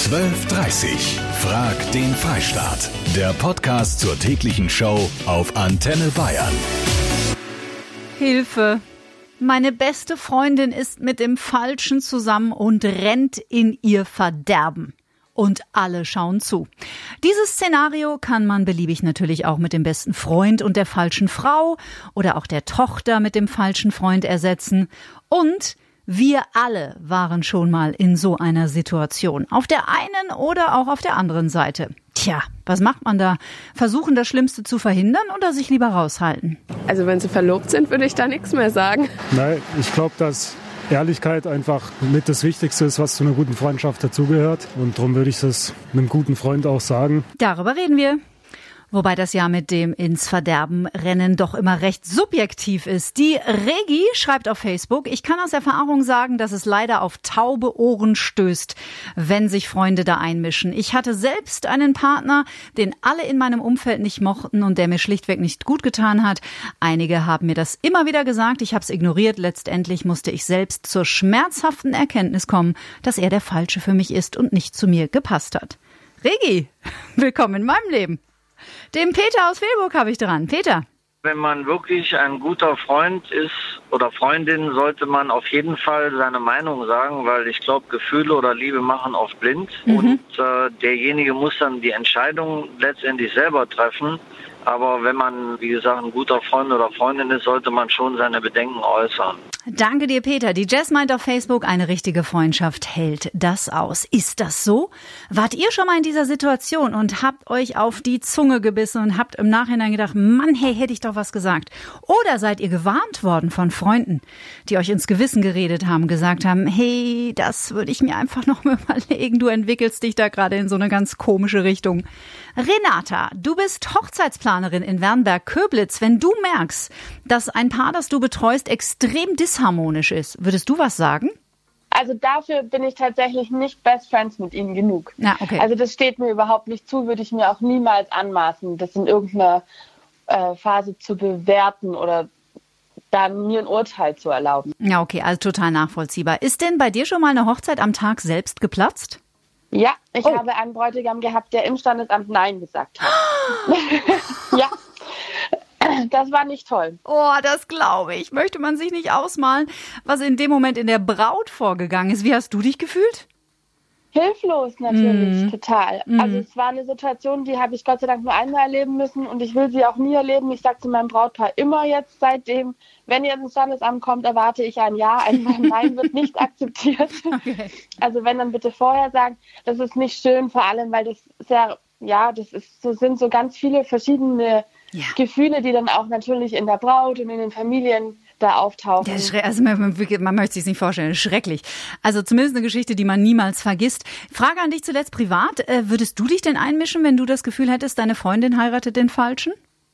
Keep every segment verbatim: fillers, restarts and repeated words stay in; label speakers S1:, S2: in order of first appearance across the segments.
S1: zwölf Uhr dreißig. Frag den Freistaat. Der Podcast zur täglichen Show auf Antenne Bayern.
S2: Hilfe! Meine beste Freundin ist mit dem Falschen zusammen und rennt in ihr Verderben. Und alle schauen zu. Dieses Szenario kann man beliebig natürlich auch mit dem besten Freund und der falschen Frau oder auch der Tochter mit dem falschen Freund ersetzen. Und wir alle waren schon mal in so einer Situation. Auf der einen oder auch auf der anderen Seite. Tja, was macht man da? Versuchen, das Schlimmste zu verhindern oder sich lieber raushalten?
S3: Also wenn sie verlobt sind, würde ich da nichts mehr sagen.
S4: Nein, ich glaube, dass Ehrlichkeit einfach mit das Wichtigste ist, was zu einer guten Freundschaft dazugehört. Und darum würde ich das einem guten Freund auch sagen.
S2: Darüber reden wir. Wobei das ja mit dem ins Verderben rennen doch immer recht subjektiv ist. Die Regi schreibt auf Facebook, ich kann aus Erfahrung sagen, dass es leider auf taube Ohren stößt, wenn sich Freunde da einmischen. Ich hatte selbst einen Partner, den alle in meinem Umfeld nicht mochten und der mir schlichtweg nicht gut getan hat. Einige haben mir das immer wieder gesagt, ich habe es ignoriert. Letztendlich musste ich selbst zur schmerzhaften Erkenntnis kommen, dass er der Falsche für mich ist und nicht zu mir gepasst hat. Regi, willkommen in meinem Leben. Den Peter aus Velburg habe ich dran. Peter.
S5: Wenn man wirklich ein guter Freund ist oder Freundin, sollte man auf jeden Fall seine Meinung sagen, weil ich glaube, Gefühle oder Liebe machen oft blind. Mhm. Und äh, derjenige muss dann die Entscheidung letztendlich selber treffen. Aber wenn man, wie gesagt, ein guter Freund oder Freundin ist, sollte man schon seine Bedenken äußern.
S2: Danke dir, Peter. Die Jess meint auf Facebook, eine richtige Freundschaft hält das aus. Ist das so? Wart ihr schon mal in dieser Situation und habt euch auf die Zunge gebissen und habt im Nachhinein gedacht, Mann, hey, hätte ich doch was gesagt? Oder seid ihr gewarnt worden von Freunden, die euch ins Gewissen geredet haben, gesagt haben, hey, das würde ich mir einfach noch mal überlegen, du entwickelst dich da gerade in so eine ganz komische Richtung. Renata, du bist Hochzeitsplanerin in Wernberg-Köblitz. Wenn du merkst, dass ein Paar, das du betreust, extrem disharmonisch ist, würdest du was sagen?
S6: Also dafür bin ich tatsächlich nicht Best Friends mit ihnen genug.
S2: Ja, okay.
S6: Also das steht mir überhaupt nicht zu, würde ich mir auch niemals anmaßen, das in irgendeiner äh, Phase zu bewerten oder dann mir ein Urteil zu erlauben.
S2: Ja, okay, also total nachvollziehbar. Ist denn bei dir schon mal eine Hochzeit am Tag selbst geplatzt?
S6: Ja, ich
S2: oh.
S6: habe einen Bräutigam gehabt, der im Standesamt Nein gesagt hat. Ja, das war nicht toll.
S2: Oh, das glaube ich. Möchte man sich nicht ausmalen, was in dem Moment in der Braut vorgegangen ist. Wie hast du dich gefühlt?
S6: Hilflos natürlich,
S2: mm.
S6: total.
S2: Mm.
S6: Also es war eine Situation, die habe ich Gott sei Dank nur einmal erleben müssen und ich will sie auch nie erleben. Ich sage zu meinem Brautpaar immer jetzt seitdem, wenn ihr ins Standesamt kommt, erwarte ich ein Ja, ein Nein wird nicht akzeptiert. Okay. Also wenn, dann bitte vorher sagen, das ist nicht schön, vor allem, weil das sehr, ja, das ist so, sind so ganz viele verschiedene ja. Gefühle, die dann auch natürlich in der Braut und in den Familien da auftauchen.
S2: Das ist, also man, man möchte sich nicht vorstellen, das ist schrecklich. Also zumindest eine Geschichte, die man niemals vergisst. Frage an dich zuletzt privat. Äh, würdest du dich denn einmischen, wenn du das Gefühl hättest, deine Freundin heiratet den Falschen?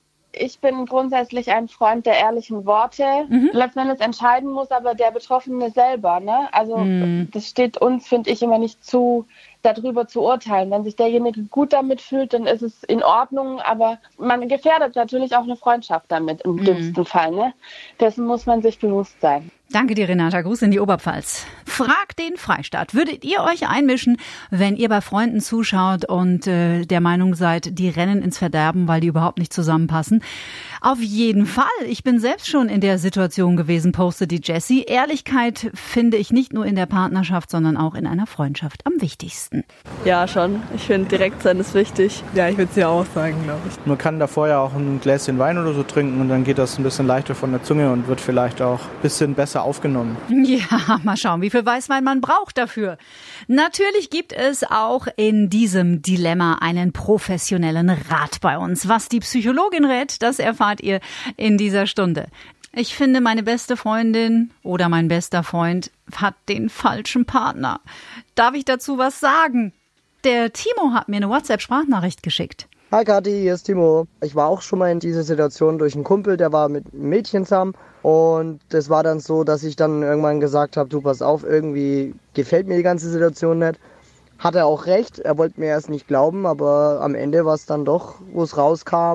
S6: Ich bin grundsätzlich ein Freund der ehrlichen Worte. Mhm. Letzten Endes entscheiden muss aber der Betroffene selber. Ne? Also mhm. das steht uns, finde ich, immer nicht zu, darüber zu urteilen. Wenn sich derjenige gut damit fühlt, dann ist es in Ordnung, aber man gefährdet natürlich auch eine Freundschaft damit, im mhm. dümmsten Fall. Ne? Dessen muss man sich bewusst sein.
S2: Danke dir, Renata. Gruß in die Oberpfalz. Frag den Freistaat. Würdet ihr euch einmischen, wenn ihr bei Freunden zuschaut und äh, der Meinung seid, die rennen ins Verderben, weil die überhaupt nicht zusammenpassen? Auf jeden Fall. Ich bin selbst schon in der Situation gewesen, postet die Jessie. Ehrlichkeit finde ich nicht nur in der Partnerschaft, sondern auch in einer Freundschaft am wichtigsten.
S7: Ja, schon. Ich finde, direkt sein ist wichtig. Ja, ich würde es ja auch sagen, glaube ich.
S8: Man kann da vorher auch ein Gläschen Wein oder so trinken und dann geht das ein bisschen leichter von der Zunge und wird vielleicht auch ein bisschen besser aufgenommen.
S2: Ja, mal schauen, wie viel Weißwein man braucht dafür. Natürlich gibt es auch in diesem Dilemma einen professionellen Rat bei uns. Was die Psychologin rät, das erfahrt ihr in dieser Stunde. Ich finde, meine beste Freundin oder mein bester Freund hat den falschen Partner. Darf ich dazu was sagen? Der Timo hat mir eine WhatsApp-Sprachnachricht geschickt.
S9: Hi Kathi, hier ist Timo. Ich war auch schon mal in dieser Situation durch einen Kumpel, der war mit einem Mädchen zusammen. Und das war dann so, dass ich dann irgendwann gesagt habe, du pass auf, irgendwie gefällt mir die ganze Situation nicht. Hat er auch recht, er wollte mir erst nicht glauben, aber am Ende war es dann doch, wo es rauskam,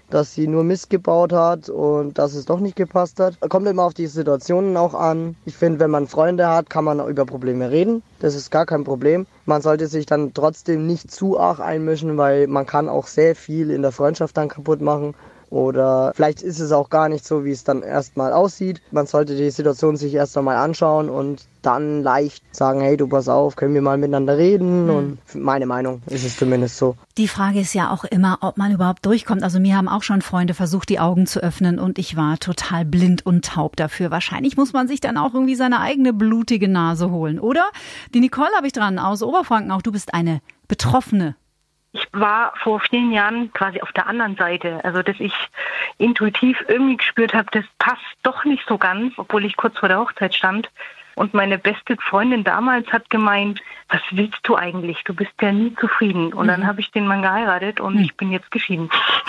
S9: dass sie nur Mist gebaut hat und dass es doch nicht gepasst hat. Kommt immer auf die Situationen auch an. Ich finde, wenn man Freunde hat, kann man über Probleme reden. Das ist gar kein Problem. Man sollte sich dann trotzdem nicht zu arg einmischen, weil man kann auch sehr viel in der Freundschaft dann kaputt machen. Oder vielleicht ist es auch gar nicht so, wie es dann erstmal aussieht. Man sollte die Situation sich erst einmal anschauen und dann leicht sagen, hey, du pass auf, können wir mal miteinander reden? Mhm. Und meine Meinung ist es zumindest so.
S2: Die Frage ist ja auch immer, ob man überhaupt durchkommt. Also mir haben auch schon Freunde versucht, die Augen zu öffnen und ich war total blind und taub dafür. Wahrscheinlich muss man sich dann auch irgendwie seine eigene blutige Nase holen, oder? Die Nicole habe ich dran aus Oberfranken. Auch du bist eine Betroffene.
S10: Ich war vor vielen Jahren quasi auf der anderen Seite, also dass ich intuitiv irgendwie gespürt habe, das passt doch nicht so ganz, obwohl ich kurz vor der Hochzeit stand. Und meine beste Freundin damals hat gemeint, was willst du eigentlich? Du bist ja nie zufrieden. Und dann habe ich den Mann geheiratet und ich bin jetzt geschieden.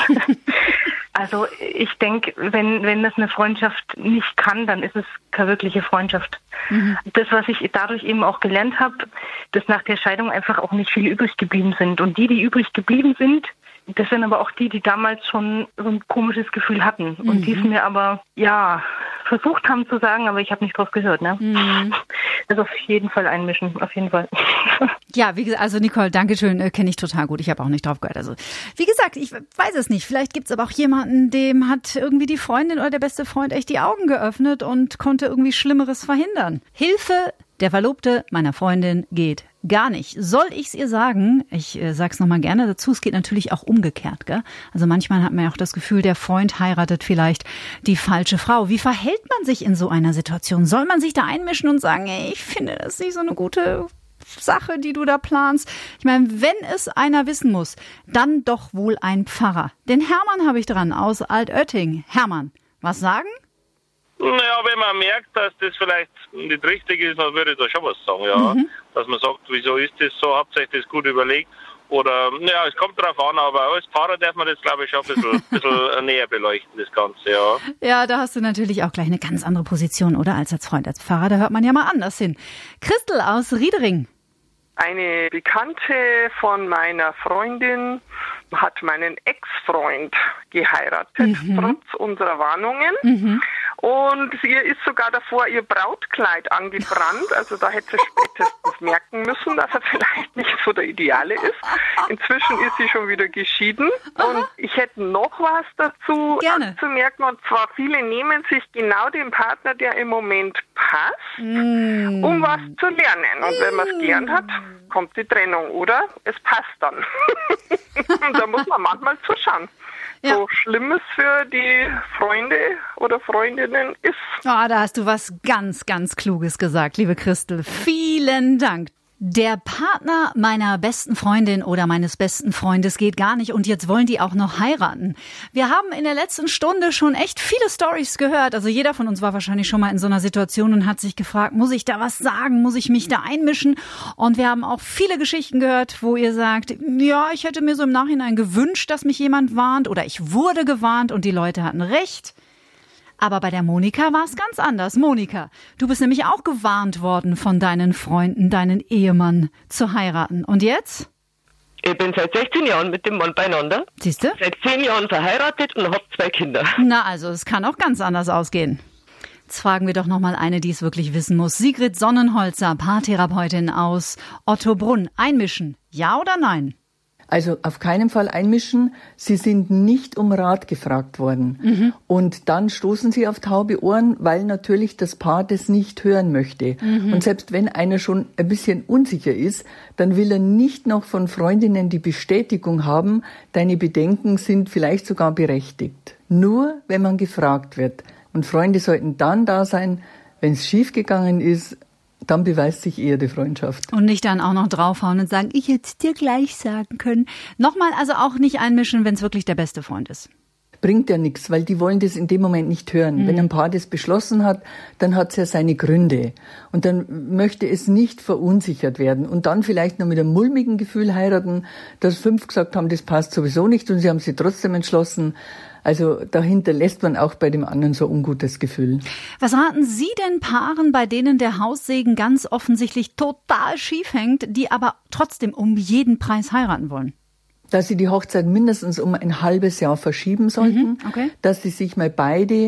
S10: Also ich denke, wenn wenn das eine Freundschaft nicht kann, dann ist es keine wirkliche Freundschaft. Mhm. Das, was ich dadurch eben auch gelernt habe, dass nach der Scheidung einfach auch nicht viele übrig geblieben sind. Und die, die übrig geblieben sind, das sind aber auch die, die damals schon so ein komisches Gefühl hatten. Und mhm. die es mir aber, ja, versucht haben zu sagen, aber ich habe nicht drauf gehört. Ne? Mhm. Also auf jeden Fall einmischen, auf jeden Fall.
S2: Ja, wie gesagt, also Nicole, danke schön, äh, kenne ich total gut. Ich habe auch nicht drauf gehört. Also wie gesagt, ich weiß es nicht. Vielleicht gibt es aber auch jemanden, dem hat irgendwie die Freundin oder der beste Freund echt die Augen geöffnet und konnte irgendwie Schlimmeres verhindern. Hilfe, der Verlobte meiner Freundin geht gar nicht. Soll ich es ihr sagen? Ich äh, sag's nochmal gerne dazu. Es geht natürlich auch umgekehrt, gell? Also manchmal hat man ja auch das Gefühl, der Freund heiratet vielleicht die falsche Frau. Wie verhält man sich in so einer Situation? Soll man sich da einmischen und sagen, ey, ich finde das nicht so eine gute Sache, die du da planst? Ich meine, wenn es einer wissen muss, dann doch wohl ein Pfarrer. Den Hermann habe ich dran aus Altötting. Hermann, was sagen?
S11: Naja, wenn man merkt, dass das vielleicht nicht richtig ist, dann würde ich da schon was sagen, ja. Mhm. Dass man sagt, wieso ist das so, habt ihr euch das gut überlegt? Oder, ja, es kommt drauf an, aber als Pfarrer darf man das, glaube ich, schon ein bisschen, bisschen näher beleuchten, das Ganze, ja.
S2: Ja, da hast du natürlich auch gleich eine ganz andere Position, oder? Als als Freund, als Pfarrer, da hört man ja mal anders hin. Christel aus Riedering.
S12: Eine Bekannte von meiner Freundin hat meinen Ex-Freund geheiratet, mhm. trotz unserer Warnungen. Mhm. Und ihr ist sogar davor ihr Brautkleid angebrannt. Also da hätte sie spätestens merken müssen, dass er vielleicht nicht so der Ideale ist. Inzwischen ist sie schon wieder geschieden. Aha. Und ich hätte noch was dazu Gerne. anzumerken. Und zwar, viele nehmen sich genau den Partner, der im Moment passt, mm. um was zu lernen. Und wenn man es gelernt hat, kommt die Trennung, oder? Es passt dann. Und da muss man manchmal zuschauen. Ja. So schlimm es für die Freunde oder Freundinnen ist.
S2: Oh, da hast du was ganz, ganz Kluges gesagt, liebe Christel. Vielen Dank. Der Partner meiner besten Freundin oder meines besten Freundes geht gar nicht und jetzt wollen die auch noch heiraten. Wir haben in der letzten Stunde schon echt viele Storys gehört. Also jeder von uns war wahrscheinlich schon mal in so einer Situation und hat sich gefragt, muss ich da was sagen? Muss ich mich da einmischen? Und wir haben auch viele Geschichten gehört, wo ihr sagt, ja, ich hätte mir so im Nachhinein gewünscht, dass mich jemand warnt oder ich wurde gewarnt und die Leute hatten recht. Aber bei der Monika war es ganz anders. Monika, du bist nämlich auch gewarnt worden von deinen Freunden, deinen Ehemann zu heiraten. Und jetzt?
S13: Ich bin seit sechzehn Jahren mit dem Mann beieinander.
S2: Siehst du?
S13: Seit zehn Jahren verheiratet und habe zwei Kinder.
S2: Na, also es kann auch ganz anders ausgehen. Jetzt fragen wir doch noch mal eine, die es wirklich wissen muss. Sigrid Sonnenholzer, Paartherapeutin aus Ottobrunn. Einmischen, ja oder nein?
S14: Also auf keinen Fall einmischen. Sie sind nicht um Rat gefragt worden. Mhm. Und dann stoßen sie auf taube Ohren, weil natürlich das Paar das nicht hören möchte. Mhm. Und selbst wenn einer schon ein bisschen unsicher ist, dann will er nicht noch von Freundinnen die Bestätigung haben, deine Bedenken sind vielleicht sogar berechtigt. Nur wenn man gefragt wird. Und Freunde sollten dann da sein, wenn es schiefgegangen ist, dann beweist sich eher die Freundschaft.
S2: Und nicht dann auch noch draufhauen und sagen, ich hätte es dir gleich sagen können. Nochmal, also auch nicht einmischen, wenn es wirklich der beste Freund ist.
S14: Bringt ja nichts, weil die wollen das in dem Moment nicht hören. Mhm. Wenn ein Paar das beschlossen hat, dann hat es ja seine Gründe. Und dann möchte es nicht verunsichert werden. Und dann vielleicht noch mit einem mulmigen Gefühl heiraten, dass fünf gesagt haben, das passt sowieso nicht und sie haben sich trotzdem entschlossen. Also dahinter lässt man auch bei dem anderen so ein ungutes Gefühl.
S2: Was raten Sie denn Paaren, bei denen der Haussegen ganz offensichtlich total schief hängt, die aber trotzdem um jeden Preis heiraten wollen?
S14: dass sie die Hochzeit mindestens um ein halbes Jahr verschieben sollten,
S2: Mhm, okay.
S14: dass sie sich mal beide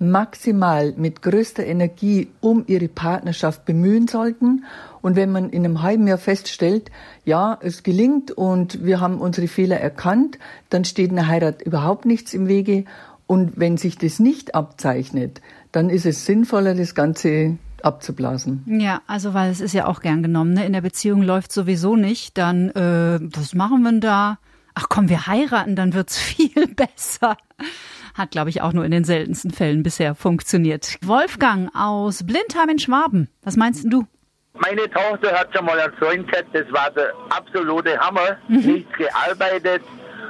S14: maximal mit größter Energie um ihre Partnerschaft bemühen sollten. Und wenn man in einem halben Jahr feststellt, ja, es gelingt und wir haben unsere Fehler erkannt, dann steht einer Heirat überhaupt nichts im Wege. Und wenn sich das nicht abzeichnet, dann ist es sinnvoller, das Ganze abzublasen.
S2: Ja, also weil es ist ja auch gern genommen, ne? In der Beziehung läuft sowieso nicht, dann äh, was machen wir denn da? Ach komm, wir heiraten, dann wird's viel besser. Hat, glaube ich, auch nur in den seltensten Fällen bisher funktioniert. Wolfgang aus Blindheim in Schwaben, was meinst denn du?
S15: Meine Tochter hat schon mal einen Freund gehabt, das war der absolute Hammer, mhm. nichts gearbeitet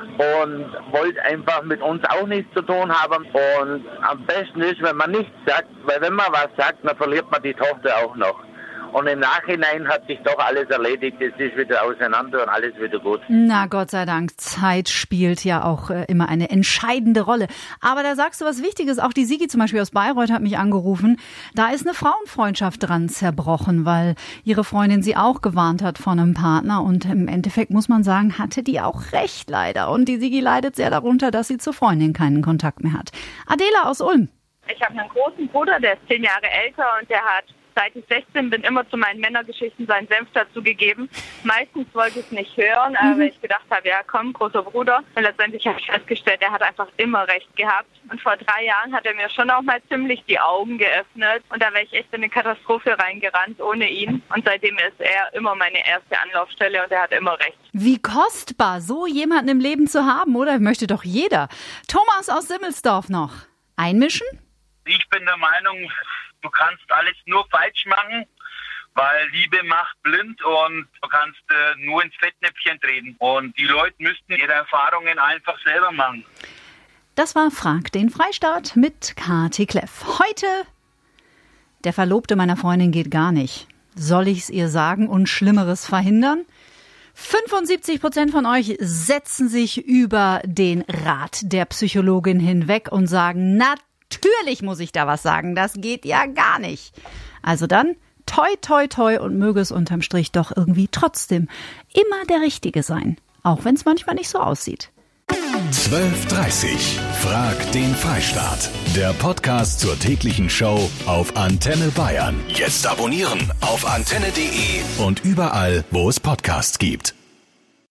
S15: und wollte einfach mit uns auch nichts zu tun haben. Und am besten ist, wenn man nichts sagt, weil wenn man was sagt, dann verliert man die Tochter auch noch. Und im Nachhinein hat sich doch alles erledigt, es ist wieder auseinander und alles wieder gut.
S2: Na, Gott sei Dank, Zeit spielt ja auch äh, immer eine entscheidende Rolle. Aber da sagst du was Wichtiges, auch die Sigi zum Beispiel aus Bayreuth hat mich angerufen. Da ist eine Frauenfreundschaft dran zerbrochen, weil ihre Freundin sie auch gewarnt hat von einem Partner. Und im Endeffekt muss man sagen, hatte die auch recht leider. Und die Sigi leidet sehr darunter, dass sie zur Freundin keinen Kontakt mehr hat. Adela aus Ulm.
S16: Ich habe einen großen Bruder, der ist zehn Jahre älter und der hat, seit ich sechzehn bin, immer zu meinen Männergeschichten seinen Senf dazu gegeben. Meistens wollte ich es nicht hören, aber mhm. ich gedacht habe, ja komm, großer Bruder. Und letztendlich habe ich festgestellt, er hat einfach immer recht gehabt. Und vor drei Jahren hat er mir schon auch mal ziemlich die Augen geöffnet. Und da wäre ich echt in eine Katastrophe reingerannt ohne ihn. Und seitdem ist er immer meine erste Anlaufstelle und er hat immer recht.
S2: Wie kostbar, so jemanden im Leben zu haben, oder? Möchte doch jeder. Thomas aus Simmelsdorf noch. Einmischen?
S17: Ich bin der Meinung, du kannst alles nur falsch machen, weil Liebe macht blind und du kannst äh, nur ins Fettnäpfchen treten. Und die Leute müssten ihre Erfahrungen einfach selber machen.
S2: Das war Frag den Freistaat mit Kati Kleff. Heute, der Verlobte meiner Freundin geht gar nicht. Soll ich's ihr sagen und Schlimmeres verhindern? fünfundsiebzig Prozent von euch setzen sich über den Rat der Psychologin hinweg und sagen, natürlich muss ich da was sagen, das geht ja gar nicht. Also dann, toi, toi, toi und möge es unterm Strich doch irgendwie trotzdem immer der Richtige sein. Auch wenn es manchmal nicht so aussieht.
S1: zwölf Uhr dreißig. Frag den Freistaat. Der Podcast zur täglichen Show auf Antenne Bayern. Jetzt abonnieren auf antenne punkt de und überall, wo es Podcasts gibt.